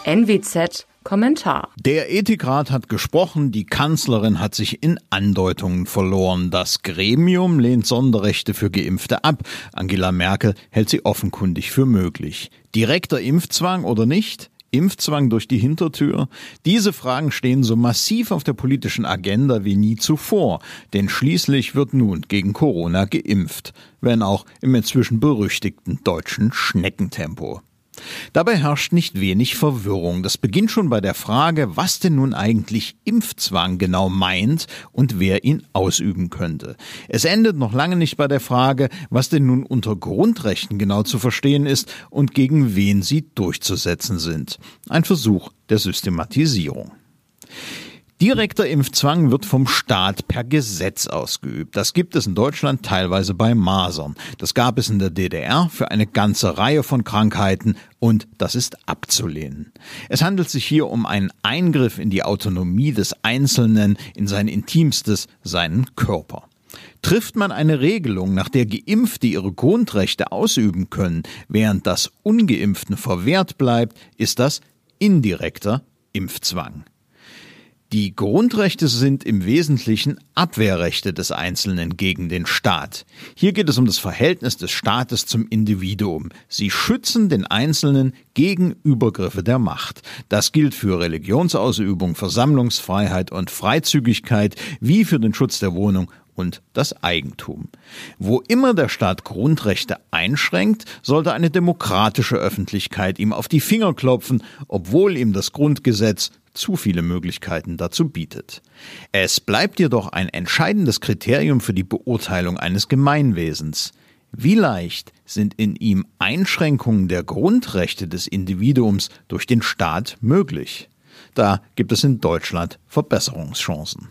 NWZ Kommentar. Der Ethikrat hat gesprochen, die Kanzlerin hat sich in Andeutungen verloren. Das Gremium lehnt Sonderrechte für Geimpfte ab. Angela Merkel hält sie offenkundig für möglich. Direkter Impfzwang oder nicht? Impfzwang durch die Hintertür? Diese Fragen stehen so massiv auf der politischen Agenda wie nie zuvor, denn schließlich wird nun gegen Corona geimpft, wenn auch im inzwischen berüchtigten deutschen Schneckentempo. Dabei herrscht nicht wenig Verwirrung. Das beginnt schon bei der Frage, was denn nun eigentlich Impfzwang genau meint und wer ihn ausüben könnte. Es endet noch lange nicht bei der Frage, was denn nun unter Grundrechten genau zu verstehen ist und gegen wen sie durchzusetzen sind. Ein Versuch der Systematisierung. Direkter Impfzwang wird vom Staat per Gesetz ausgeübt. Das gibt es in Deutschland teilweise bei Masern. Das gab es in der DDR für eine ganze Reihe von Krankheiten und das ist abzulehnen. Es handelt sich hier um einen Eingriff in die Autonomie des Einzelnen, in sein Intimstes, seinen Körper. Trifft man eine Regelung, nach der Geimpfte ihre Grundrechte ausüben können, während das Ungeimpften verwehrt bleibt, ist das indirekter Impfzwang. Die Grundrechte sind im Wesentlichen Abwehrrechte des Einzelnen gegen den Staat. Hier geht es um das Verhältnis des Staates zum Individuum. Sie schützen den Einzelnen gegen Übergriffe der Macht. Das gilt für Religionsausübung, Versammlungsfreiheit und Freizügigkeit wie für den Schutz der Wohnung und das Eigentum. Wo immer der Staat Grundrechte einschränkt, sollte eine demokratische Öffentlichkeit ihm auf die Finger klopfen, obwohl ihm das Grundgesetz zu viele Möglichkeiten dazu bietet. Es bleibt jedoch ein entscheidendes Kriterium für die Beurteilung eines Gemeinwesens. Wie leicht sind in ihm Einschränkungen der Grundrechte des Individuums durch den Staat möglich? Da gibt es in Deutschland Verbesserungschancen.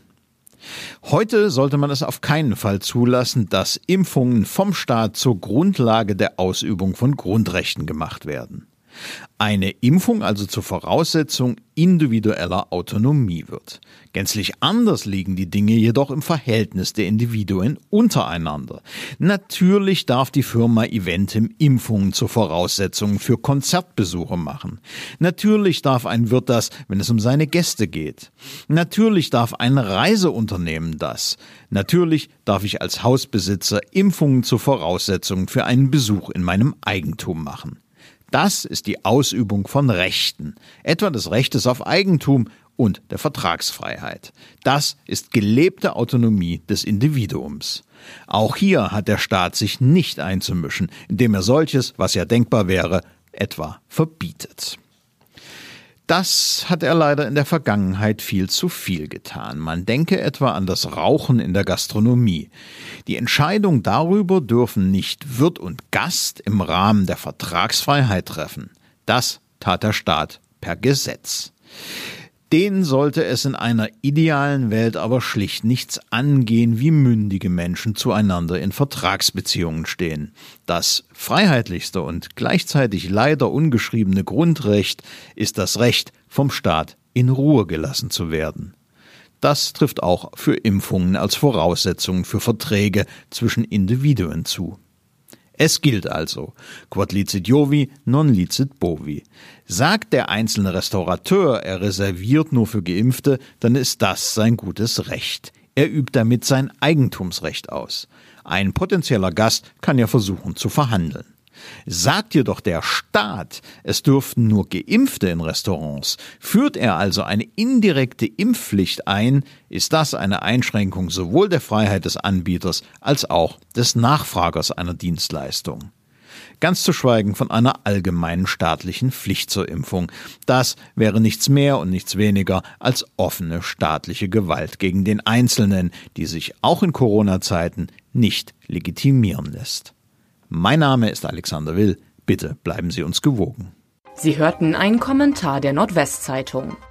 Heute sollte man es auf keinen Fall zulassen, dass Impfungen vom Staat zur Grundlage der Ausübung von Grundrechten gemacht werden. Eine Impfung also zur Voraussetzung individueller Autonomie wird. Gänzlich anders liegen die Dinge jedoch im Verhältnis der Individuen untereinander. Natürlich darf die Firma Eventim Impfungen zur Voraussetzung für Konzertbesuche machen. Natürlich darf ein Wirt das, wenn es um seine Gäste geht. Natürlich darf ein Reiseunternehmen das. Natürlich darf ich als Hausbesitzer Impfungen zur Voraussetzung für einen Besuch in meinem Eigentum machen. Das ist die Ausübung von Rechten, etwa des Rechtes auf Eigentum und der Vertragsfreiheit. Das ist gelebte Autonomie des Individuums. Auch hier hat der Staat sich nicht einzumischen, indem er solches, was ja denkbar wäre, etwa verbietet. Das hat er leider in der Vergangenheit viel zu viel getan. Man denke etwa an das Rauchen in der Gastronomie. Die Entscheidung darüber dürfen nicht Wirt und Gast im Rahmen der Vertragsfreiheit treffen. Das tat der Staat per Gesetz. Den sollte es in einer idealen Welt aber schlicht nichts angehen, wie mündige Menschen zueinander in Vertragsbeziehungen stehen. Das freiheitlichste und gleichzeitig leider ungeschriebene Grundrecht ist das Recht, vom Staat in Ruhe gelassen zu werden. Das trifft auch für Impfungen als Voraussetzung für Verträge zwischen Individuen zu. Es gilt also, quod licet Jovi, non licet bovi. Sagt der einzelne Restaurateur, er reserviert nur für Geimpfte, dann ist das sein gutes Recht. Er übt damit sein Eigentumsrecht aus. Ein potenzieller Gast kann ja versuchen zu verhandeln. Sagt jedoch der Staat, es dürften nur Geimpfte in Restaurants, führt er also eine indirekte Impfpflicht ein, ist das eine Einschränkung sowohl der Freiheit des Anbieters als auch des Nachfragers einer Dienstleistung. Ganz zu schweigen von einer allgemeinen staatlichen Pflicht zur Impfung. Das wäre nichts mehr und nichts weniger als offene staatliche Gewalt gegen den Einzelnen, die sich auch in Corona-Zeiten nicht legitimieren lässt. Mein Name ist Alexander Will. Bitte bleiben Sie uns gewogen. Sie hörten einen Kommentar der Nordwestzeitung.